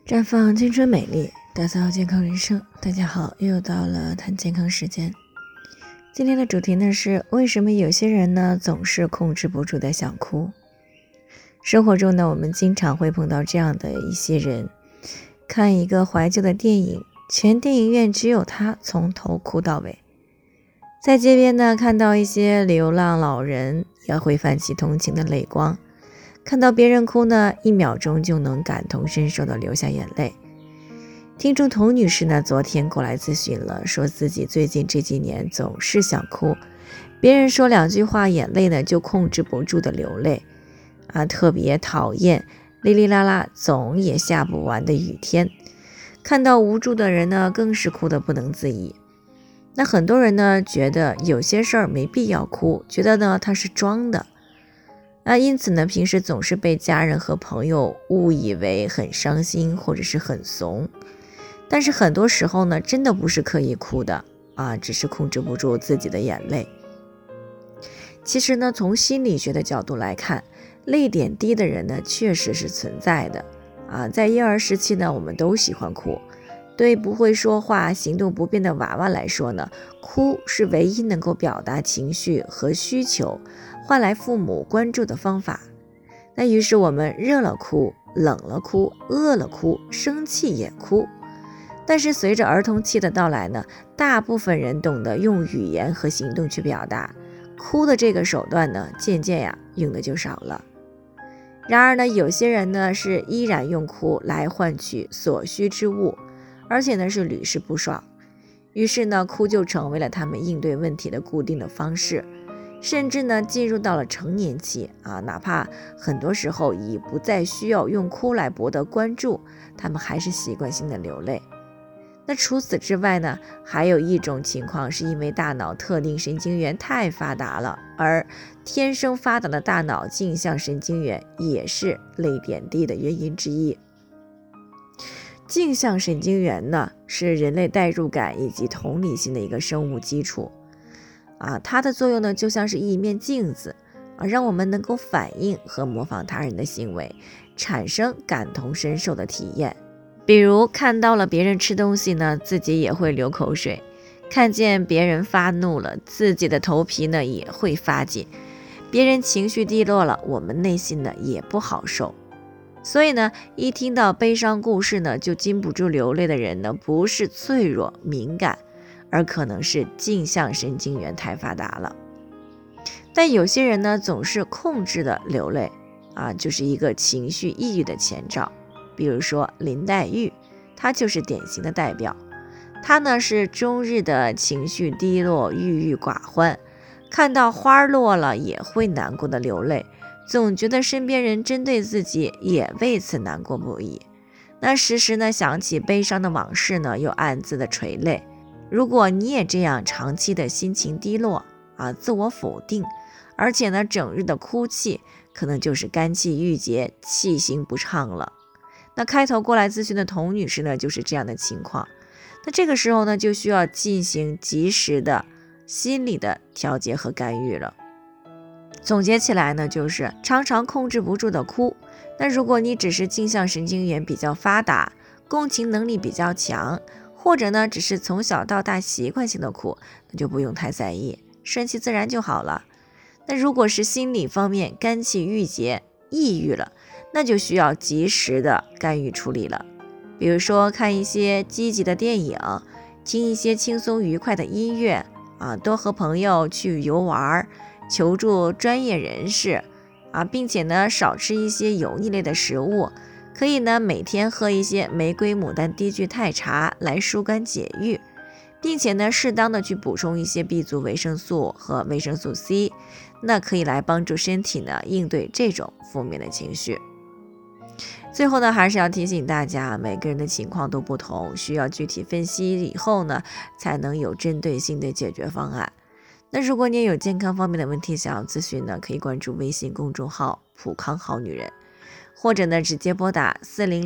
绽放青春美丽，打造健康人生。大家好，又到了谈健康时间。今天的主题呢是为什么有些人呢总是控制不住的想哭。生活中呢，我们经常会碰到这样的一些人，看一个怀旧的电影，全电影院只有他从头哭到尾。在街边呢，看到一些流浪老人，也会泛起同情的泪光。看到别人哭呢，1秒钟就能感同身受的流下眼泪。听众童女士呢，昨天过来咨询了，说自己最近这几年总是想哭，别人说2句话，眼泪呢就控制不住的流泪特别讨厌哩哩啦啦总也下不完的雨天。看到无助的人呢，更是哭得不能自已。那很多人呢，觉得有些事儿没必要哭，觉得呢他是装的。因此呢，平时总是被家人和朋友误以为很伤心或者是很怂。但是很多时候呢，真的不是刻意哭的只是控制不住自己的眼泪。其实呢，从心理学的角度来看，泪点低的人呢，确实是存在的在婴儿时期呢，我们都喜欢哭。对不会说话、行动不便的娃娃来说呢，哭是唯一能够表达情绪和需求，换来父母关注的方法。那于是我们热了哭，冷了哭，饿了哭，生气也哭。但是随着儿童期的到来呢，大部分人懂得用语言和行动去表达，哭的这个手段呢，渐渐用的就少了。然而呢，有些人呢是依然用哭来换取所需之物，而且呢是屡试不爽。于是呢，哭就成为了他们应对问题的固定的方式，甚至呢进入到了成年期哪怕很多时候已不再需要用哭来博得关注，他们还是习惯性的流泪。那除此之外呢，还有一种情况是因为大脑特定神经元太发达了，而天生发达的大脑镜像神经元也是泪点低的原因之一。镜像神经元呢，是人类代入感以及同理心的一个生物基础它的作用呢，就像是一面镜子让我们能够反应和模仿他人的行为，产生感同身受的体验。比如看到了别人吃东西呢，自己也会流口水；看见别人发怒了，自己的头皮呢也会发紧；别人情绪低落了，我们内心呢也不好受。所以呢，一听到悲伤故事呢，就禁不住流泪的人呢，不是脆弱敏感，而可能是镜像神经元太发达了。但有些人呢，总是控制的流泪就是一个情绪抑郁的前兆。比如说林黛玉，她就是典型的代表。她呢是终日的情绪低落，郁郁寡欢，看到花落了也会难过的流泪，总觉得身边人针对自己，也为此难过不已。那时时呢想起悲伤的往事呢，又暗自的垂泪。如果你也这样长期的心情低落自我否定，而且呢整日的哭泣，可能就是肝气郁结，气行不畅了。那开头过来咨询的童女士呢，就是这样的情况。那这个时候呢，就需要进行及时的心理的调节和干预了。总结起来呢，就是常常控制不住的哭。那如果你只是镜像神经元比较发达，共情能力比较强，或者呢只是从小到大习惯性的哭，那就不用太在意，顺其自然就好了。那如果是心理方面肝气郁结，抑郁了，那就需要及时的干预处理了。比如说看一些积极的电影，听一些轻松愉快的音乐多和朋友去游玩，求助专业人士并且呢少吃一些油腻类的食物，可以呢每天喝一些玫瑰牡丹低聚肽茶来疏肝解郁，并且呢适当的去补充一些 B 族维生素和维生素 C， 那可以来帮助身体呢应对这种负面的情绪。最后呢，还是要提醒大家，每个人的情况都不同，需要具体分析以后呢，才能有针对性的解决方案。那如果你也有健康方面的问题想要咨询呢，可以关注微信公众号普康好女人，或者呢直接拨打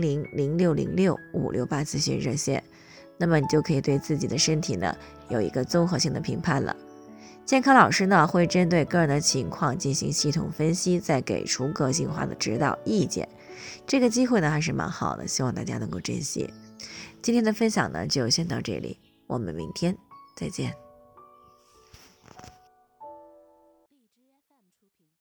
400-0606-568咨询热线，那么你就可以对自己的身体呢有一个综合性的评判了。健康老师呢会针对个人的情况进行系统分析，再给出个性化的指导意见。 这个机会呢还是蛮好的，希望大家能够珍惜。今天的分享呢就先到这里，我们明天再见。